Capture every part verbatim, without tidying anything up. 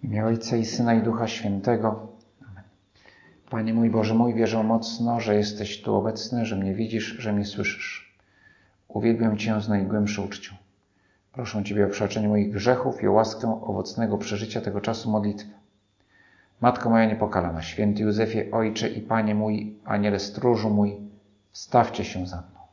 W imię Ojca i Syna i Ducha Świętego. Amen. Panie mój Boże mój, wierzę mocno, że jesteś tu obecny, że mnie widzisz, że mnie słyszysz. Uwielbiam Cię z najgłębszą uczcią. Proszę Ciebie o przebaczenie moich grzechów i o łaskę owocnego przeżycia tego czasu modlitwy. Matko moja niepokalana, święty Józefie, Ojcze i Panie mój, Aniele stróżu mój, stawcie się za mną.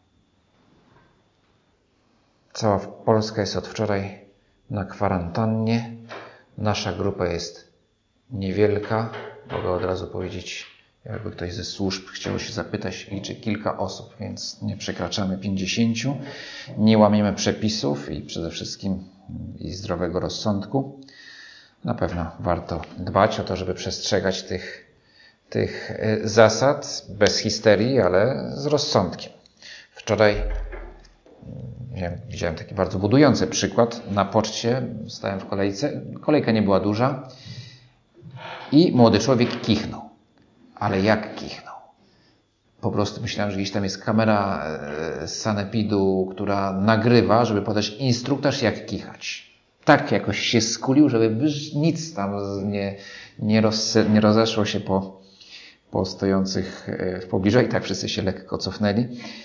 Cała Polska jest od wczoraj na kwarantannie. Nasza grupa jest niewielka. Mogę od razu powiedzieć, jakby ktoś ze służb chciał się zapytać, liczy kilka osób, więc nie przekraczamy pięćdziesięciu. Nie łamiemy przepisów i przede wszystkim i zdrowego rozsądku. Na pewno warto dbać o to, żeby przestrzegać tych, tych zasad bez histerii, ale z rozsądkiem. Wczoraj widziałem taki bardzo budujący przykład. Na poczcie stałem w kolejce. Kolejka nie była duża i młody człowiek kichnął. Ale jak kichnął? Po prostu myślałem, że gdzieś tam jest kamera z sanepidu, która nagrywa, żeby podać instruktaż, jak kichać. Tak jakoś się skulił, żeby nic tam nie, nie, roz, nie rozeszło się po, po stojących w pobliżu. I tak wszyscy się lekko cofnęli.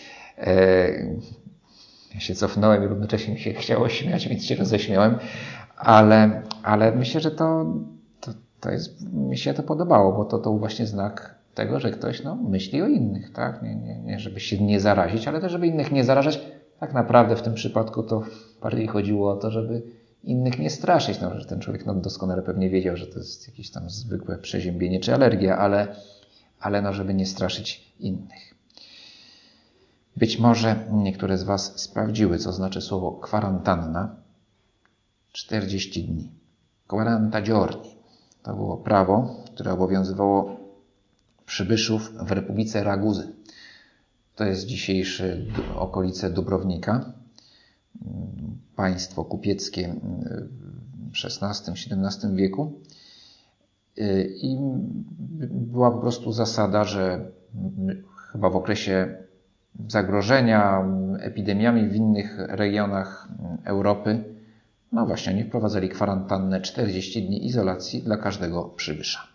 Ja się cofnąłem i równocześnie mi się chciało śmiać, więc się roześmiałem. Ale, ale myślę, że to, to, to jest, mi się to podobało, bo to, to właśnie znak tego, że ktoś no, myśli o innych, tak? Nie, nie, nie, żeby się nie zarazić, ale też, żeby innych nie zarażać. Tak naprawdę w tym przypadku to bardziej chodziło o to, żeby innych nie straszyć. No, że ten człowiek no, doskonale pewnie wiedział, że to jest jakieś tam zwykłe przeziębienie czy alergia, ale, ale no, żeby nie straszyć innych. Być może niektóre z Was sprawdziły, co znaczy słowo kwarantanna. czterdzieści dni. quaranta giorni. To było prawo, które obowiązywało przybyszów w Republice Raguzy. To jest dzisiejsze okolice Dubrownika. Państwo kupieckie w szesnastym siedemnastym wieku. I była po prostu zasada, że chyba w okresie zagrożenia epidemiami w innych regionach Europy, no właśnie, oni wprowadzali kwarantannę czterdzieści dni izolacji dla każdego przybysza.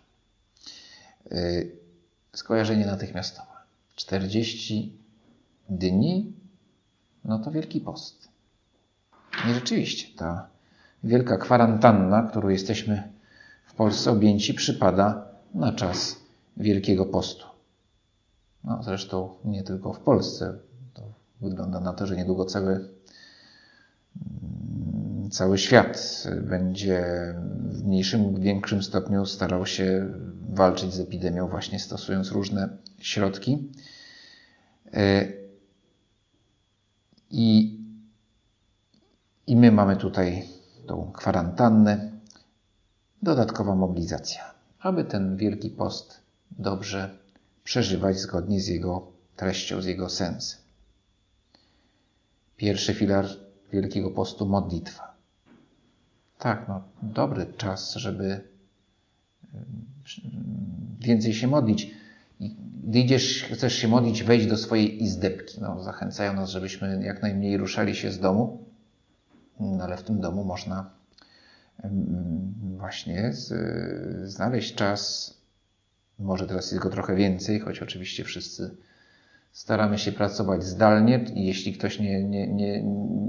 Skojarzenie natychmiastowe. czterdzieści dni, no to Wielki Post. I rzeczywiście ta wielka kwarantanna, którą jesteśmy w Polsce objęci, przypada na czas Wielkiego Postu. No, zresztą nie tylko w Polsce. To wygląda na to, że niedługo cały, cały świat będzie w mniejszym lub większym stopniu starał się walczyć z epidemią, właśnie stosując różne środki. I, i my mamy tutaj tą kwarantannę, dodatkowa mobilizacja, aby ten Wielki Post dobrze przeżywać zgodnie z jego treścią, z jego sensem. Pierwszy filar Wielkiego Postu, modlitwa. Tak, no, dobry czas, żeby więcej się modlić. Gdy idziesz, chcesz się modlić, wejdź do swojej izdebki. No, zachęcają nas, żebyśmy jak najmniej ruszali się z domu, no, ale w tym domu można właśnie z, znaleźć czas. Może teraz jest go trochę więcej, choć oczywiście wszyscy staramy się pracować zdalnie i jeśli ktoś nie, nie, nie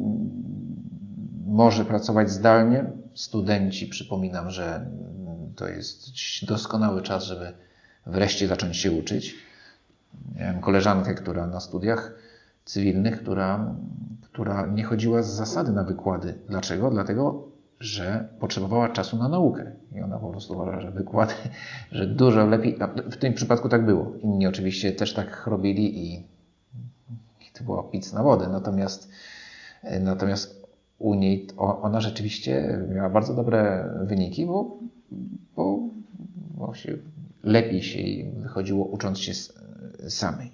może pracować zdalnie, studenci, przypominam, że to jest doskonały czas, żeby wreszcie zacząć się uczyć. Miałem koleżankę, która na studiach cywilnych, która, która nie chodziła z zasady na wykłady. Dlaczego? Dlatego, że potrzebowała czasu na naukę. I ona po prostu uważała, że wykłady, że dużo lepiej... W tym przypadku tak było. Inni oczywiście też tak robili i, i to była pic na wodę. Natomiast, natomiast u niej ona rzeczywiście miała bardzo dobre wyniki, bo, bo, bo się lepiej się jej wychodziło ucząc się samej.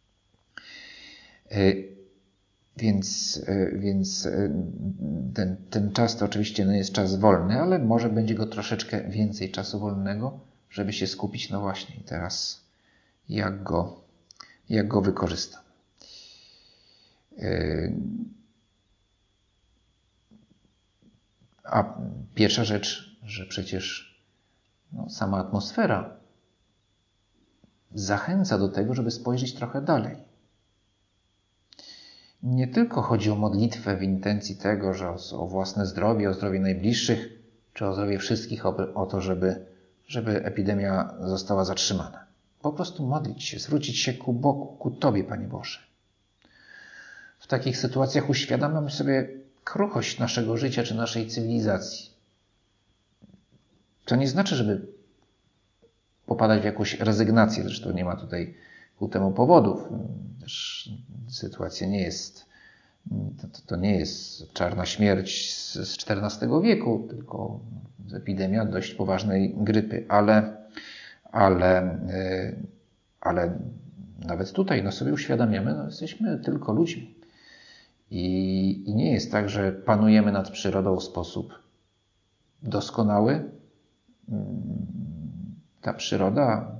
Więc, więc ten, ten czas to oczywiście nie jest czas wolny, ale może będzie go troszeczkę więcej czasu wolnego, żeby się skupić. No właśnie teraz jak go, jak go wykorzystam. A pierwsza rzecz, że przecież no, sama atmosfera zachęca do tego, żeby spojrzeć trochę dalej. Nie tylko chodzi o modlitwę w intencji tego, że o, o własne zdrowie, o zdrowie najbliższych, czy o zdrowie wszystkich, o, o to, żeby, żeby epidemia została zatrzymana. Po prostu modlić się, zwrócić się ku Bogu, ku Tobie, Panie Boże. W takich sytuacjach uświadamiam sobie kruchość naszego życia czy naszej cywilizacji. To nie znaczy, żeby popadać w jakąś rezygnację. Zresztą nie ma tutaj ku temu powodów. Też sytuacja nie jest, to, to nie jest czarna śmierć z, z czternastego wieku, tylko epidemia dość poważnej grypy, ale, ale, ale nawet tutaj no sobie uświadamiamy, no jesteśmy tylko ludźmi. I, I nie jest tak, że panujemy nad przyrodą w sposób doskonały. Ta przyroda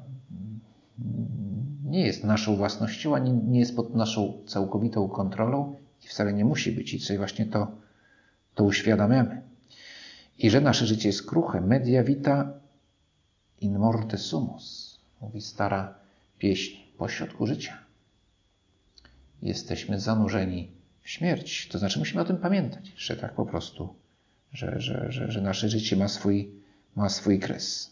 nie jest naszą własnością, ani nie jest pod naszą całkowitą kontrolą i wcale nie musi być. I sobie właśnie to, to uświadamiamy. I że nasze życie jest kruche. Media vita in morte sumus, mówi stara pieśń. Pośrodku życia jesteśmy zanurzeni w śmierć. To znaczy musimy o tym pamiętać, że tak po prostu, że, że, że, że nasze życie ma swój, ma swój kres.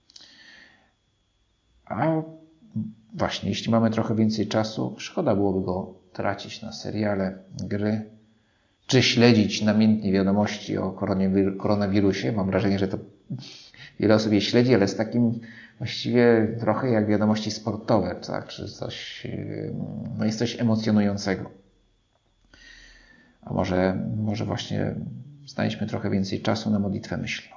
A właśnie, jeśli mamy trochę więcej czasu, szkoda byłoby go tracić na seriale, gry, czy śledzić namiętnie wiadomości o koronawirusie. Mam wrażenie, że to wiele osób je śledzi, ale z takim właściwie trochę jak wiadomości sportowe, tak? Czy coś, no jest coś emocjonującego. A może, może właśnie znajdźmy trochę więcej czasu na modlitwę myślną.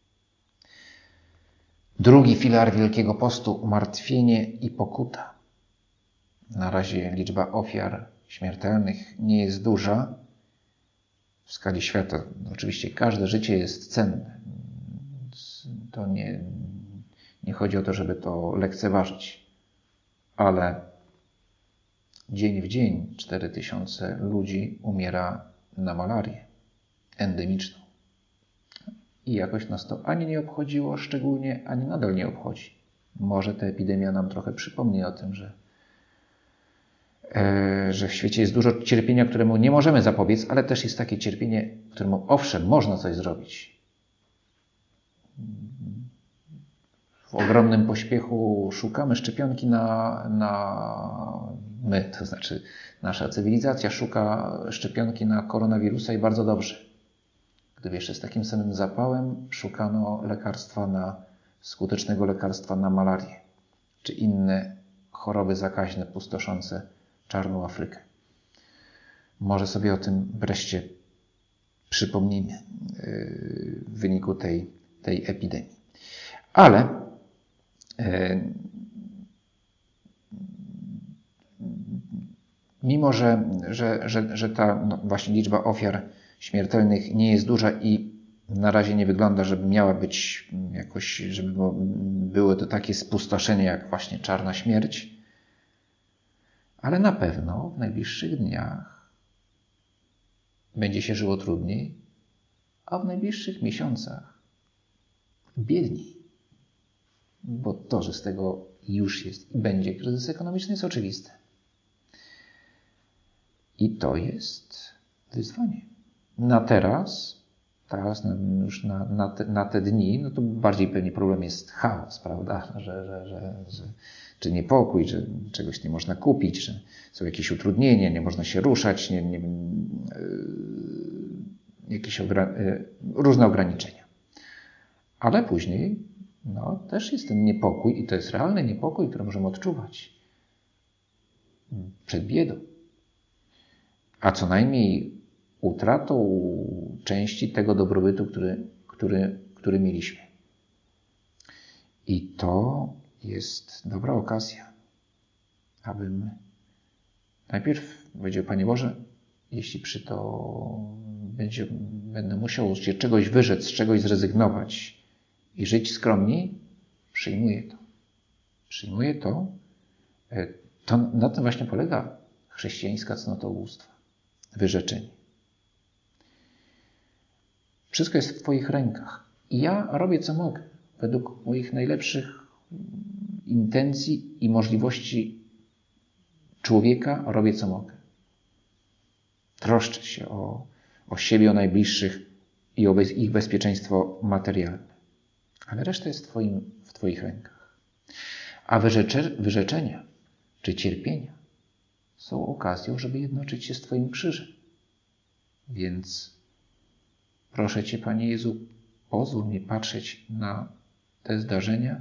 Drugi filar Wielkiego Postu, umartwienie i pokuta. Na razie liczba ofiar śmiertelnych nie jest duża. W skali świata oczywiście każde życie jest cenne. To nie, nie chodzi o to, żeby to lekceważyć. Ale dzień w dzień cztery tysiące ludzi umiera na malarię endemiczną. I jakoś nas to ani nie obchodziło szczególnie, ani nadal nie obchodzi. Może ta epidemia nam trochę przypomni o tym, że, e, że w świecie jest dużo cierpienia, któremu nie możemy zapobiec, ale też jest takie cierpienie, któremu owszem, można coś zrobić. W ogromnym pośpiechu szukamy szczepionki na, na my, to znaczy nasza cywilizacja szuka szczepionki na koronawirusa i bardzo dobrze. Gdyby jeszcze z takim samym zapałem szukano lekarstwa na, skutecznego lekarstwa na malarię, czy inne choroby zakaźne pustoszące czarną Afrykę. Może sobie o tym wreszcie przypomnimy w wyniku tej, tej epidemii. Ale mimo, że, że, że, że ta no właśnie liczba ofiar śmiertelnych nie jest duża i na razie nie wygląda, żeby miała być jakoś, żeby było to takie spustoszenie jak właśnie czarna śmierć, ale na pewno w najbliższych dniach będzie się żyło trudniej, a w najbliższych miesiącach biedniej. Bo to, że z tego już jest i będzie kryzys ekonomiczny, jest oczywiste. I to jest wyzwanie. Na teraz, teraz na, już na, na, te, na te dni, no to bardziej pewnie problem jest chaos, prawda? Że, że, że, że, czy niepokój, że czegoś nie można kupić, że są jakieś utrudnienia, nie można się ruszać, nie, nie, yy, jakieś ogra- yy, różne ograniczenia. Ale później no, też jest ten niepokój i to jest realny niepokój, który możemy odczuwać przed biedą. A co najmniej utratą części tego dobrobytu, który, który, który mieliśmy. I to jest dobra okazja, abym najpierw powiedział, Panie Boże, jeśli przy to będzie, będę musiał się czegoś wyrzec, z czegoś zrezygnować i żyć skromniej, przyjmuję to. Przyjmuję to. To na tym właśnie polega chrześcijańska cnotołóstwa. Wyrzeczenie. Wszystko jest w Twoich rękach. I ja robię, co mogę. według moich najlepszych intencji i możliwości człowieka robię co mogę. Troszczę się o, o siebie, o najbliższych i o ich bezpieczeństwo materialne. Ale reszta jest w, twoim, w Twoich rękach. A wyrzecze, wyrzeczenia czy cierpienia są okazją, żeby jednoczyć się z Twoim krzyżem. Więc proszę Cię, Panie Jezu, pozwól mi patrzeć na te zdarzenia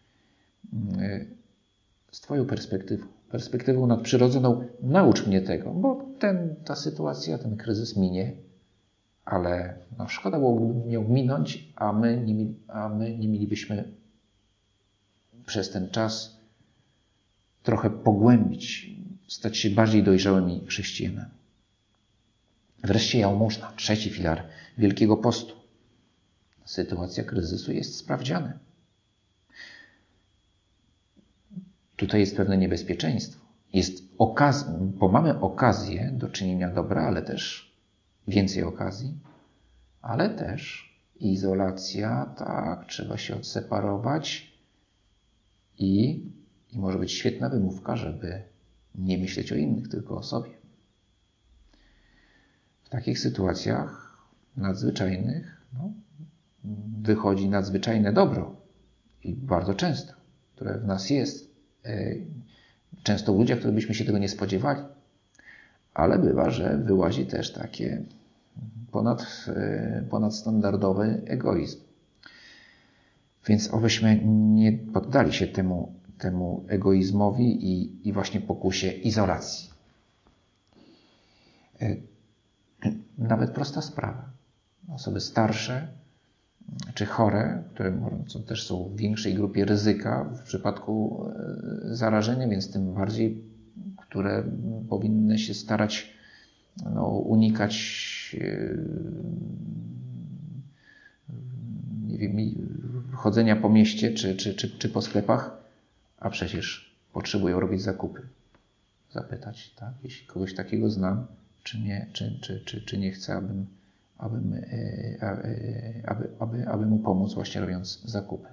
z Twoją perspektywą. Perspektywą nadprzyrodzoną. Naucz mnie tego, bo ten, ta sytuacja, ten kryzys minie, ale no, szkoda byłoby miał minąć, a my, nie, a my nie mielibyśmy przez ten czas trochę pogłębić, stać się bardziej dojrzałymi chrześcijanami. Wreszcie jałmużna, trzeci filar Wielkiego Postu. Sytuacja kryzysu jest sprawdzianem. Tutaj jest pewne niebezpieczeństwo. Jest okaz... bo mamy okazję do czynienia dobra, ale też więcej okazji, ale też izolacja, tak, trzeba się odseparować i, i może być świetna wymówka, żeby nie myśleć o innych, tylko o sobie. W takich sytuacjach nadzwyczajnych no, wychodzi nadzwyczajne dobro i bardzo często, które w nas jest, często w ludziach, których byśmy się tego nie spodziewali, ale bywa, że wyłazi też takie ponad, ponadstandardowy egoizm. Więc obyśmy nie poddali się temu, temu egoizmowi i, i właśnie pokusie izolacji. Nawet prosta sprawa. Osoby starsze czy chore, które też są w większej grupie ryzyka w przypadku zarażenia, więc tym bardziej, które powinny się starać no, unikać nie wiem, chodzenia po mieście czy, czy, czy, czy po sklepach, a przecież potrzebują robić zakupy. Zapytać, tak? Jeśli kogoś takiego znam, czy nie, czy, czy, czy, czy nie chcę, abym, abym, aby, aby, aby mu pomóc właśnie robiąc zakupy.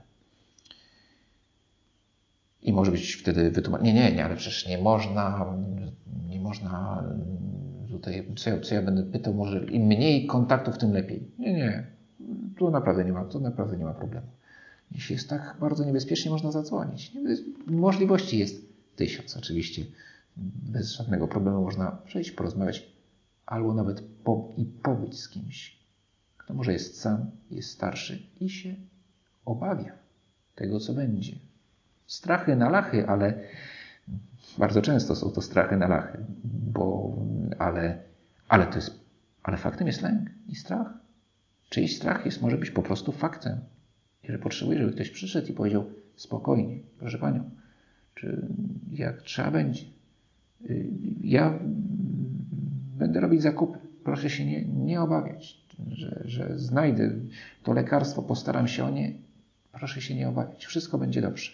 I może być wtedy wytłumaczenie, nie, nie, nie, ale przecież nie można, nie można tutaj, co ja, co ja będę pytał, może im mniej kontaktów, tym lepiej. Nie, nie, tu naprawdę nie ma, tu naprawdę nie ma problemu. Jeśli jest tak bardzo niebezpiecznie, można zadzwonić. Możliwości jest tysiąc oczywiście. Bez żadnego problemu można przejść, porozmawiać, albo nawet po, i pobyć z kimś, kto może jest sam, jest starszy i się obawia tego, co będzie. Strachy na lachy, ale bardzo często są to strachy na lachy, bo, ale, ale to jest, ale faktem jest lęk i strach. Czyjś strach jest, może być po prostu faktem. I że potrzebuje, żeby ktoś przyszedł i powiedział spokojnie, proszę Panią, czy jak trzeba będzie. Ja będę robić zakupy. Proszę się nie, nie obawiać, że, że znajdę to lekarstwo, postaram się o nie. Proszę się nie obawiać. Wszystko będzie dobrze.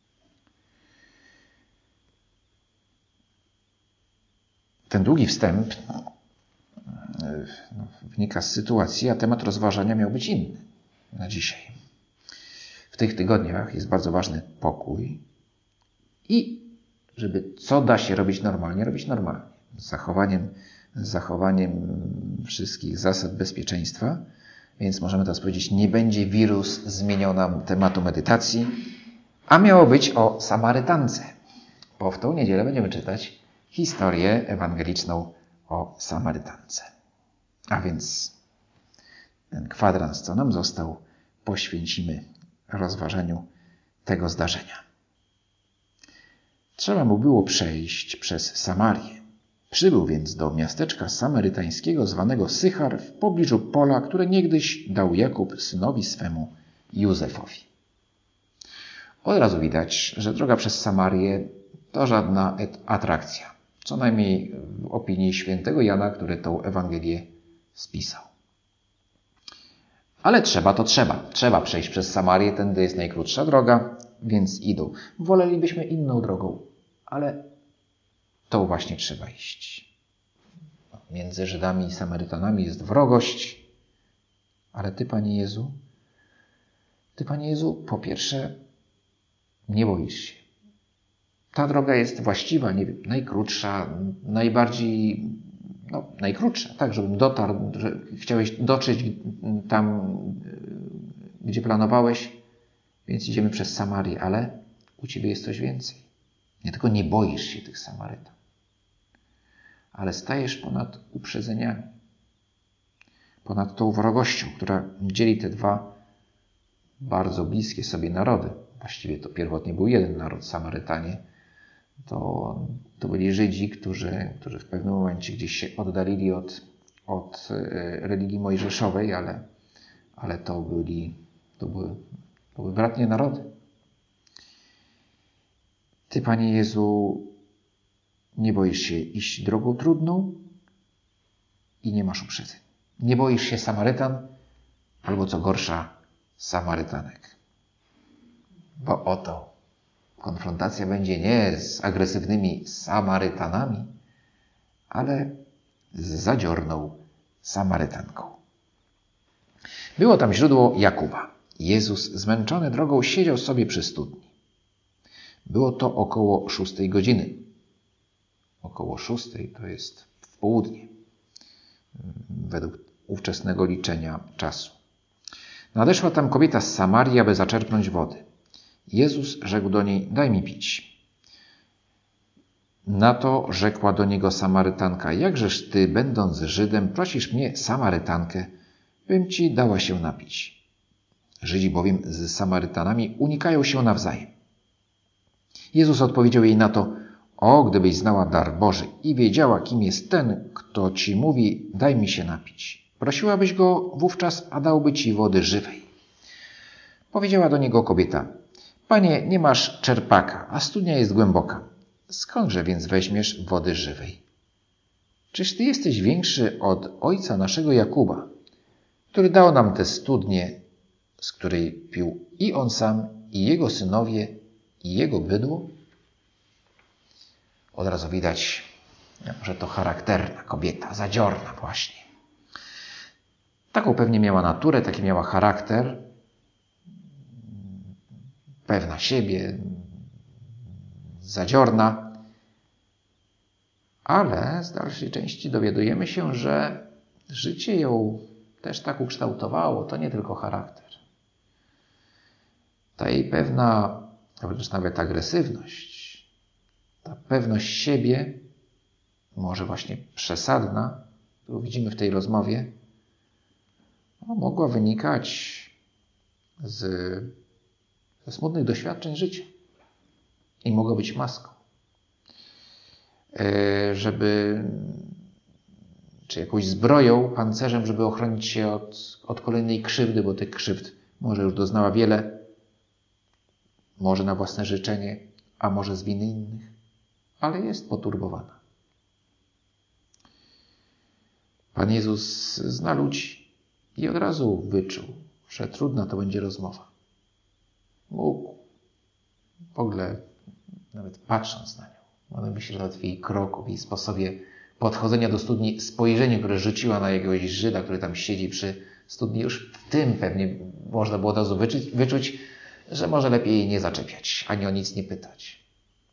Ten długi wstęp no, wynika z sytuacji, a temat rozważania miał być inny na dzisiaj. W tych tygodniach jest bardzo ważny pokój i żeby co da się robić normalnie, robić normalnie. Z zachowaniem, z zachowaniem wszystkich zasad bezpieczeństwa. Więc możemy teraz powiedzieć, nie będzie wirus zmieniał nam tematu medytacji, a miało być o Samarytance. Bo w tą niedzielę będziemy czytać historię ewangeliczną o Samarytance. A więc ten kwadrans, co nam został, poświęcimy rozważaniu tego zdarzenia. Trzeba mu było przejść przez Samarię. Przybył więc do miasteczka samarytańskiego zwanego Sychar w pobliżu pola, które niegdyś dał Jakub synowi swemu Józefowi. Od razu widać, że droga przez Samarię to żadna atrakcja. Co najmniej w opinii świętego Jana, który tą Ewangelię spisał. Ale trzeba to trzeba. Trzeba przejść przez Samarię, tędy jest najkrótsza droga, więc idą. Wolelibyśmy inną drogą, ale tą właśnie trzeba iść. Między Żydami i Samarytanami jest wrogość, ale Ty, Panie Jezu, Ty, Panie Jezu, po pierwsze nie boisz się. Ta droga jest właściwa, nie wiem, najkrótsza, najbardziej, no, najkrótsza, tak, żebym dotarł, że chciałeś dotrzeć tam, gdzie planowałeś, więc idziemy przez Samarię, ale u Ciebie jest coś więcej. Nie tylko nie boisz się tych Samarytan, ale stajesz ponad uprzedzeniami, ponad tą wrogością, która dzieli te dwa bardzo bliskie sobie narody. Właściwie to pierwotnie był jeden naród, Samarytanie. To, to byli Żydzi, którzy, którzy w pewnym momencie gdzieś się oddalili od, od religii mojżeszowej, ale, ale to, byli, to, były, to były bratnie narody. Ty, Panie Jezu, nie boisz się iść drogą trudną i nie masz uprzedzeń. Nie boisz się Samarytan, albo co gorsza, Samarytanek. Bo oto konfrontacja będzie nie z agresywnymi Samarytanami, ale z zadziorną Samarytanką. Było tam źródło Jakuba. Jezus, zmęczony drogą, siedział sobie przy studni. Było to około szóstej godziny. Około szóstej to jest w południe, według ówczesnego liczenia czasu. Nadeszła tam kobieta z Samarii, aby zaczerpnąć wody. Jezus rzekł do niej: daj mi pić. Na to rzekła do niego Samarytanka: jakżeż ty, będąc Żydem, prosisz mnie, Samarytankę, bym ci dała się napić? Żydzi bowiem z Samarytanami unikają się nawzajem. Jezus odpowiedział jej na to: o, gdybyś znała dar Boży i wiedziała, kim jest ten, kto ci mówi, daj mi się napić. Prosiłabyś go wówczas, a dałby ci wody żywej. Powiedziała do niego kobieta: Panie, nie masz czerpaka, a studnia jest głęboka. Skądże więc weźmiesz wody żywej? Czyż ty jesteś większy od ojca naszego Jakuba, który dał nam tę studnię, z której pił i on sam, i jego synowie, i jego bydło? Od razu widać, że to charakterna kobieta, zadziorna właśnie. Taką pewnie miała naturę, taki miała charakter, pewna siebie, zadziorna, ale z dalszej części dowiadujemy się, że życie ją też tak ukształtowało, to nie tylko charakter. Ta jej pewna, wręcz nawet agresywność, ta pewność siebie, może właśnie przesadna, którą widzimy w tej rozmowie, no, mogła wynikać z, ze smutnych doświadczeń życia i mogła być maską, żeby, czy jakąś zbroją, pancerzem, żeby ochronić się od, od kolejnej krzywdy, bo tych krzywd może już doznała wiele, może na własne życzenie, a może z winy innych, ale jest poturbowana. Pan Jezus zna ludzi i od razu wyczuł, że trudna to będzie rozmowa. Mógł, w ogóle nawet patrząc na nią, on myśli nawet w jej kroku, w jej sposobie podchodzenia do studni, spojrzenie, które rzuciła na jakiegoś Żyda, który tam siedzi przy studni, już w tym pewnie można było od razu wyczuć, wyczuć, że może lepiej jej nie zaczepiać, ani o nic nie pytać.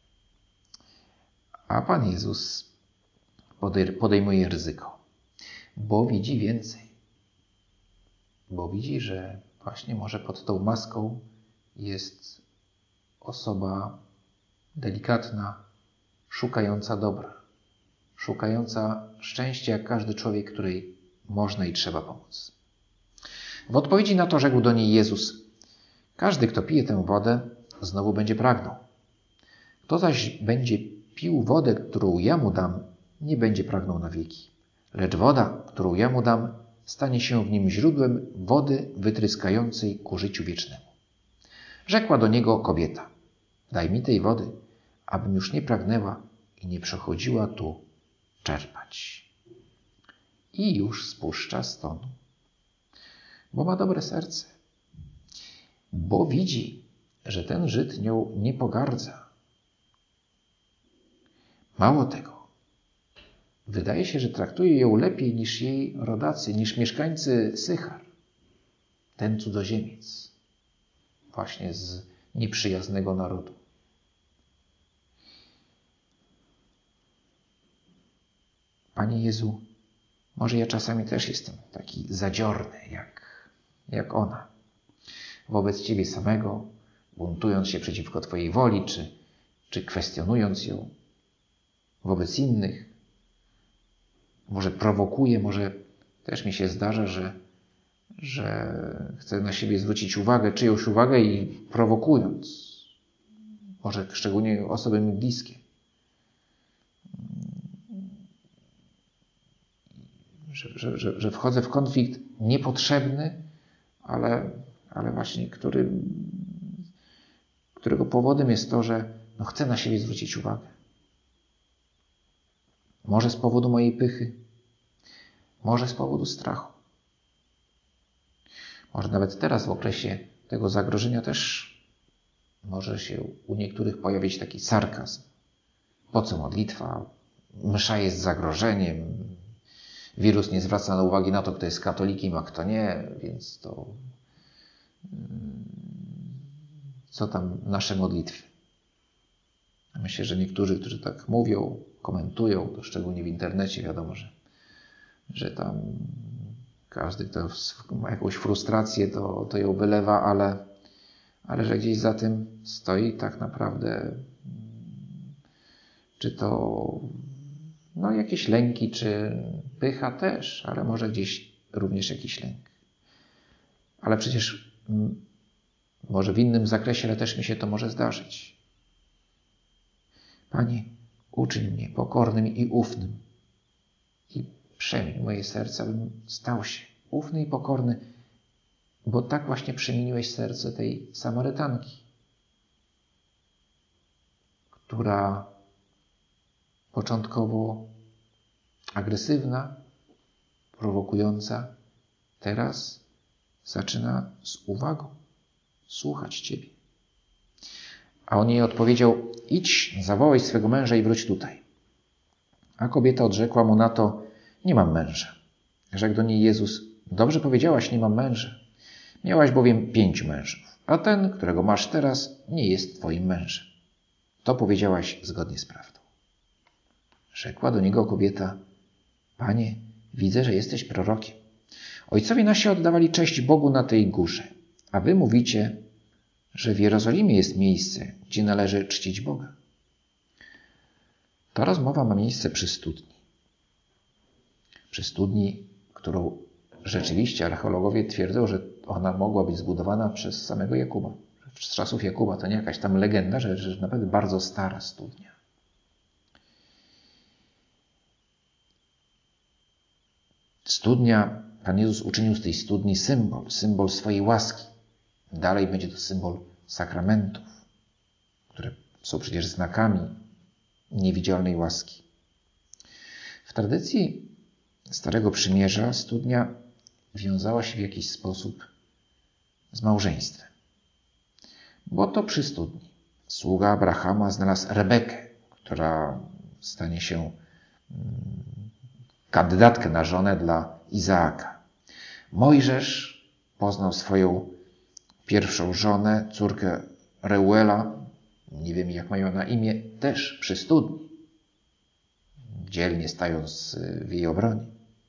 A Pan Jezus podejmuje ryzyko, bo widzi więcej. Bo widzi, że właśnie może pod tą maską jest osoba delikatna, szukająca dobra, szukająca szczęścia jak każdy człowiek, której można i trzeba pomóc. W odpowiedzi na to rzekł do niej Jezus: każdy, kto pije tę wodę, znowu będzie pragnął. Kto zaś będzie pił wodę, którą ja mu dam, nie będzie pragnął na wieki. Lecz woda, którą ja mu dam, stanie się w nim źródłem wody wytryskającej ku życiu wiecznemu. Rzekła do niego kobieta: daj mi tej wody, abym już nie pragnęła i nie przechodziła tu czerpać. I już spuszcza z tonu, bo ma dobre serce, bo widzi, że ten Żyd nią nie pogardza. Mało tego, wydaje się, że traktuje ją lepiej niż jej rodacy, niż mieszkańcy Sychar, ten cudzoziemiec. właśnie z nieprzyjaznego narodu. Panie Jezu, może ja czasami też jestem taki zadziorny, jak, jak ona. Wobec Ciebie samego, buntując się przeciwko Twojej woli, czy, czy kwestionując ją wobec innych. Może prowokuję, może też mi się zdarza, że, że chcę na siebie zwrócić uwagę, czyjąś uwagę i prowokując. Może szczególnie osoby mi bliskie. Że, że, że, że wchodzę w konflikt niepotrzebny, ale, ale właśnie który, którego powodem jest to, że no chcę na siebie zwrócić uwagę. Może z powodu mojej pychy, może z powodu strachu. Może nawet teraz w okresie tego zagrożenia też może się u niektórych pojawić taki sarkazm. Po co modlitwa? Msza jest zagrożeniem. Wirus nie zwraca uwagi na to, kto jest katolikiem, a kto nie, więc to co tam nasze modlitwy? Myślę, że niektórzy, którzy tak mówią, komentują, to szczególnie w internecie, wiadomo, że, że tam każdy, kto ma jakąś frustrację, to, to ją wylewa, ale, ale że gdzieś za tym stoi tak naprawdę czy to no, jakieś lęki, czy pycha też, ale może gdzieś również jakiś lęk. Ale przecież może w innym zakresie, ale też mi się to może zdarzyć. Panie, uczyń mnie pokornym i ufnym i przemień moje serce, abym stał się ufny i pokorny, bo tak właśnie przemieniłeś serce tej Samarytanki, która początkowo agresywna, prowokująca, teraz zaczyna z uwagą słuchać Ciebie. A on jej odpowiedział: idź, zawołaj swego męża i wróć tutaj. A kobieta odrzekła mu na to: nie mam męża. Rzekł do niej Jezus: dobrze powiedziałaś, nie mam męża. Miałaś bowiem pięciu mężów, a ten, którego masz teraz, nie jest twoim mężem. To powiedziałaś zgodnie z prawdą. Rzekła do niego kobieta: Panie, widzę, że jesteś prorokiem. Ojcowie nasi oddawali cześć Bogu na tej górze, a wy mówicie, że w Jerozolimie jest miejsce, gdzie należy czcić Boga. Ta rozmowa ma miejsce przy studni. Przy studni, którą rzeczywiście archeologowie twierdzą, że ona mogła być zbudowana przez samego Jakuba. Z czasów Jakuba, to nie jakaś tam legenda, że, że naprawdę bardzo stara studnia. Studnia, Pan Jezus uczynił z tej studni symbol, symbol swojej łaski. Dalej będzie to symbol sakramentów, które są przecież znakami niewidzialnej łaski. W tradycji Starego Przymierza studnia wiązała się w jakiś sposób z małżeństwem. Bo to przy studni sługa Abrahama znalazł Rebekę, która stanie się kandydatkę na żonę dla Izaaka. Mojżesz poznał swoją pierwszą żonę, córkę Reuela, nie wiem jak mają na imię, też przy studni, dzielnie stając w jej obronie.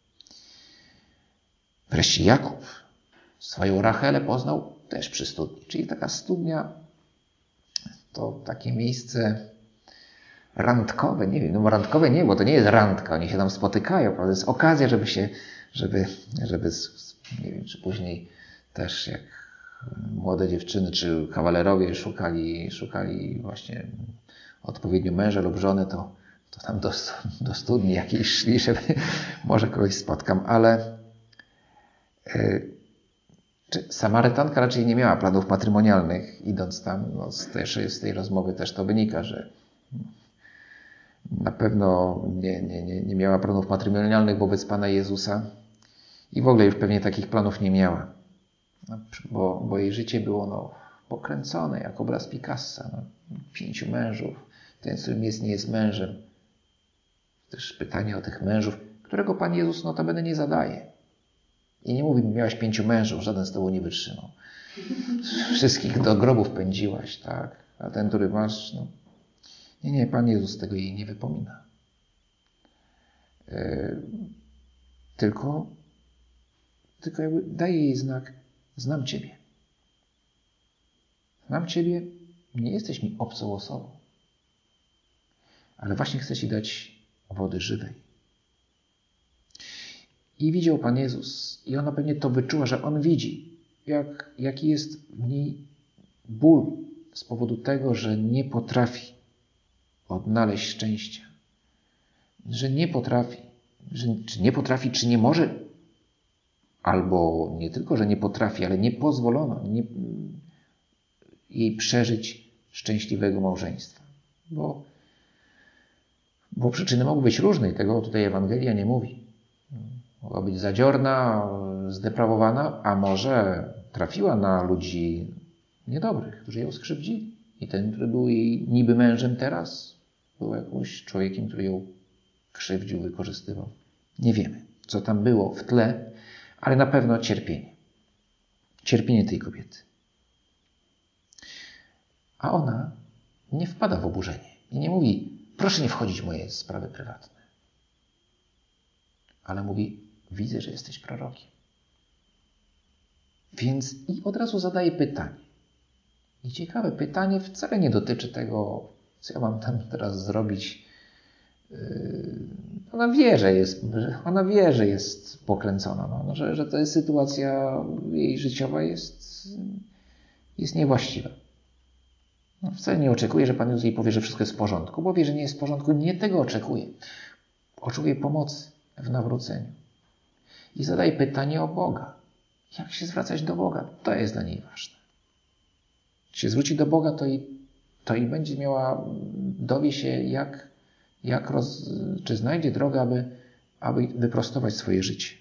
Wreszcie Jakub swoją Rachelę poznał też przy studni, czyli taka studnia to takie miejsce randkowe, nie wiem, no randkowe nie, bo to nie jest randka, oni się tam spotykają, prawda? To jest okazja, żeby się, żeby, żeby, nie wiem, czy później też jak młode dziewczyny, czy kawalerowie szukali, szukali właśnie odpowiednio męża lub żony, to, to tam do, do studni jakiejś szli, żeby może kogoś spotkam, ale yy, czy Samarytanka raczej nie miała planów matrymonialnych, idąc tam, no z, tej, z tej rozmowy też to wynika, że na pewno nie, nie, nie, nie miała planów matrymonialnych wobec Pana Jezusa i w ogóle już pewnie takich planów nie miała, no, bo, bo jej życie było no, pokręcone jak obraz Picassa. No, pięciu mężów, ten, którym jest, nie jest mężem. Też pytanie o tych mężów, którego Pan Jezus notabene nie zadaje. I nie mówi, miałaś pięciu mężów, żaden z tobą nie wytrzymał. Wszystkich do grobów pędziłaś, tak? A ten, który masz, no... Nie, nie, Pan Jezus tego jej nie wypomina. Yy, tylko, tylko jakby daje jej znak, znam Ciebie. Znam Ciebie, nie jesteś mi obcą osobą. Ale właśnie chcę Ci dać wody żywej. I widział Pan Jezus. I ona pewnie to wyczuła, że On widzi, jak, jaki jest w niej ból z powodu tego, że nie potrafi odnaleźć szczęścia. Że nie potrafi. Że, czy nie potrafi, czy nie może. Albo nie tylko, że nie potrafi, ale nie pozwolono nie, jej przeżyć szczęśliwego małżeństwa. Bo, bo przyczyny mogą być różne i tego tutaj Ewangelia nie mówi. Mogła być zadziorna, zdeprawowana, a może trafiła na ludzi niedobrych, którzy ją skrzywdzili. I ten, który był jej niby mężem teraz, był jakimś człowiekiem, który ją krzywdził, wykorzystywał. Nie wiemy, co tam było w tle, ale na pewno cierpienie. Cierpienie tej kobiety. A ona nie wpada w oburzenie i nie mówi, proszę nie wchodzić w moje sprawy prywatne. Ale mówi, widzę, że jesteś prorokiem. Więc i od razu zadaje pytanie. I ciekawe pytanie wcale nie dotyczy tego, co ja mam tam teraz zrobić. Ona wie, że jest, ona wie, że jest pokręcona, no, że, że to jest sytuacja jej życiowa jest, jest niewłaściwa. No, wcale nie oczekuje, że Pan Jezus jej powie, że wszystko jest w porządku, bo wie, że nie jest w porządku. Nie tego oczekuje. Oczekuje pomocy w nawróceniu. I zadaje pytanie o Boga. Jak się zwracać do Boga? To jest dla niej ważne. Czy się zwróci do Boga, to i, to i będzie miała, dowie się, jak, jak roz, czy znajdzie drogę, aby, aby wyprostować swoje życie.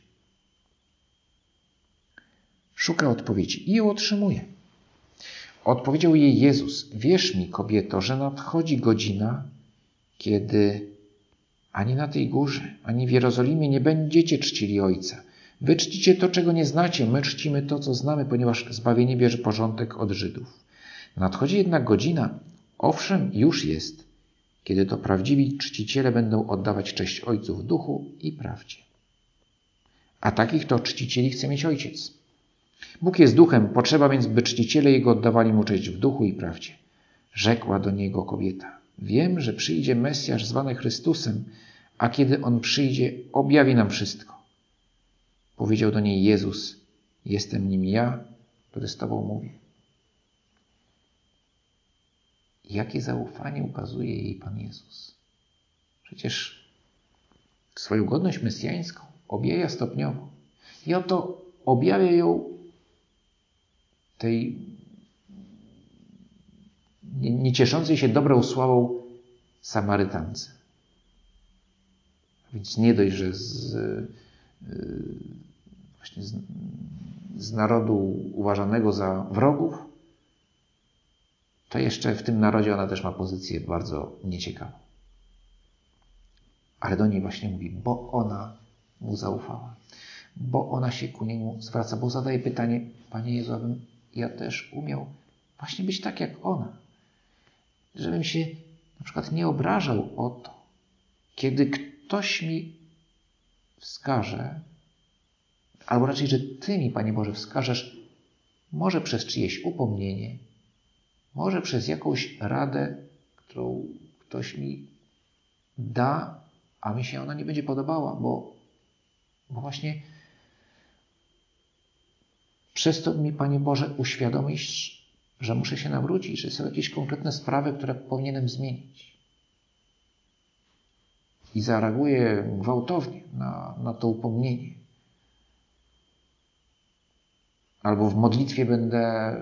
Szuka odpowiedzi i ją otrzymuje. Odpowiedział jej Jezus, wierz mi, kobieto, że nadchodzi godzina, kiedy ani na tej górze, ani w Jerozolimie nie będziecie czcili Ojca. Wy czcicie to, czego nie znacie, my czcimy to, co znamy, ponieważ zbawienie bierze początek od Żydów. Nadchodzi jednak godzina, owszem, już jest, kiedy to prawdziwi czciciele będą oddawać cześć Ojcu w duchu i prawdzie. A takich to czcicieli chce mieć Ojciec. Bóg jest duchem, potrzeba więc, by czciciele Jego oddawali Mu cześć w duchu i prawdzie. Rzekła do Niego kobieta, wiem, że przyjdzie Mesjasz zwany Chrystusem, a kiedy On przyjdzie, objawi nam wszystko. Powiedział do niej Jezus, jestem nim ja, który z Tobą mówię. Jakie zaufanie ukazuje jej Pan Jezus. Przecież swoją godność mesjańską objawia stopniowo. I oto objawia ją tej nie cieszącej się dobrą sławą Samarytance. Więc nie dość, że z, właśnie z, z narodu uważanego za wrogów, to jeszcze w tym narodzie ona też ma pozycję bardzo nieciekawą. Ale do niej właśnie mówi, bo ona mu zaufała. Bo ona się ku niemu zwraca, bo zadaje pytanie, Panie Jezu, abym ja też umiał właśnie być tak jak ona. Żebym się na przykład nie obrażał o to, kiedy ktoś mi wskaże, albo raczej, że Ty mi, Panie Boże, wskażesz, może przez czyjeś upomnienie, może przez jakąś radę, którą ktoś mi da, a mi się ona nie będzie podobała, bo, bo właśnie przez to mi, Panie Boże, uświadomisz, że muszę się nawrócić, że są jakieś konkretne sprawy, które powinienem zmienić. I zareaguję gwałtownie na, na to upomnienie. Albo w modlitwie będę,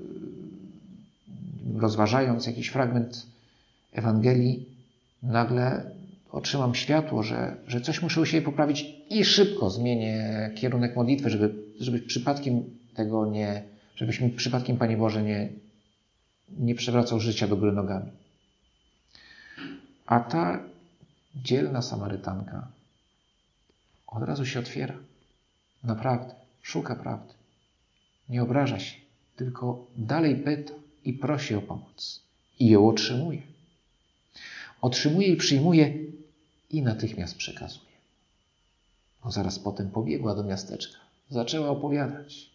rozważając jakiś fragment Ewangelii, nagle otrzymam światło, że, że coś muszę u siebie poprawić i szybko zmienię kierunek modlitwy, żeby, żeby przypadkiem tego nie, żebyś mi przypadkiem, Panie Boże, nie, nie przewracał życia do góry nogami. A ta dzielna Samarytanka od razu się otwiera. Naprawdę. szuka prawdy. Nie obraża się, tylko dalej pyta i prosi o pomoc. I ją otrzymuje. Otrzymuje i przyjmuje i natychmiast przekazuje. No zaraz potem pobiegła do miasteczka. Zaczęła opowiadać.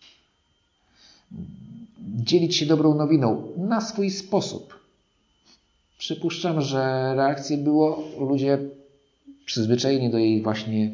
Dzielić się dobrą nowiną na swój sposób. Przypuszczam, że reakcje było ludzie przyzwyczajeni do jej właśnie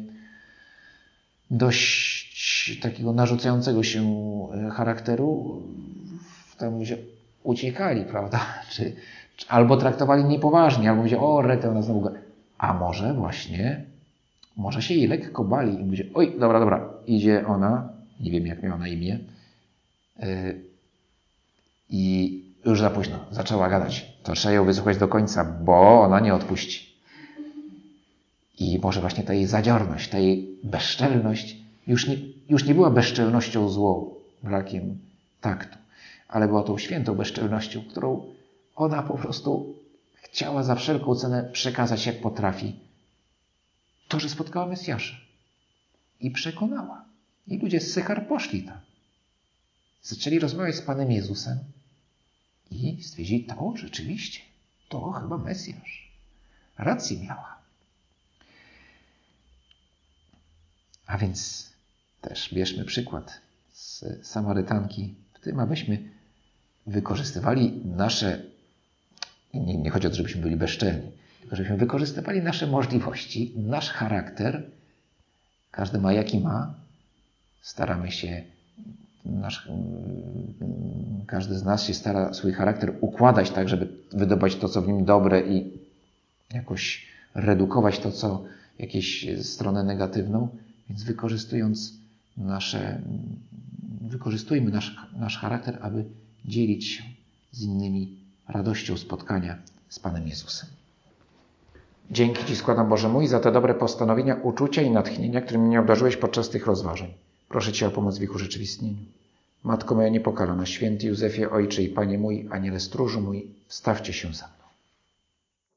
dość takiego narzucającego się charakteru. Tam ludzie uciekali, prawda? Czy, czy albo traktowali niepoważnie, albo mówili, o rety, ona znowu... A może właśnie, może się jej lekko bali i mówi, oj, dobra, dobra, idzie ona, nie wiem jak miała na imię, yy, i już za późno, zaczęła gadać. To trzeba ją wysłuchać do końca, bo ona nie odpuści. I może właśnie ta jej zadziorność, ta jej bezczelność już nie, już nie była bezczelnością złą, brakiem taktu, ale była tą świętą bezczelnością, którą ona po prostu chciała za wszelką cenę przekazać jak potrafi to, że spotkała Mesjasza. I przekonała. I ludzie z Sychar poszli tam. Zaczęli rozmawiać z Panem Jezusem i stwierdzili, to rzeczywiście, to chyba Mesjasz. Rację miała. A więc też bierzmy przykład z Samarytanki w tym, abyśmy wykorzystywali nasze, nie, nie chodzi o to, żebyśmy byli bezczelni, tylko żebyśmy wykorzystywali nasze możliwości, nasz charakter, każdy ma jaki ma, staramy się, nasz, każdy z nas się stara swój charakter układać tak, żeby wydobyć to, co w nim dobre i jakoś redukować to, co jakieś stronę negatywną, więc wykorzystując nasze, wykorzystujmy nasz, nasz charakter, aby dzielić się z innymi radością spotkania z Panem Jezusem. Dzięki Ci składam, Boże mój, za te dobre postanowienia, uczucia i natchnienia, którymi mnie obdarzyłeś podczas tych rozważań. Proszę Cię o pomoc w ich urzeczywistnieniu. Matko moja niepokalana, święty Józefie, Ojcze i Panie mój, Aniele stróżu mój, wstawcie się za mną.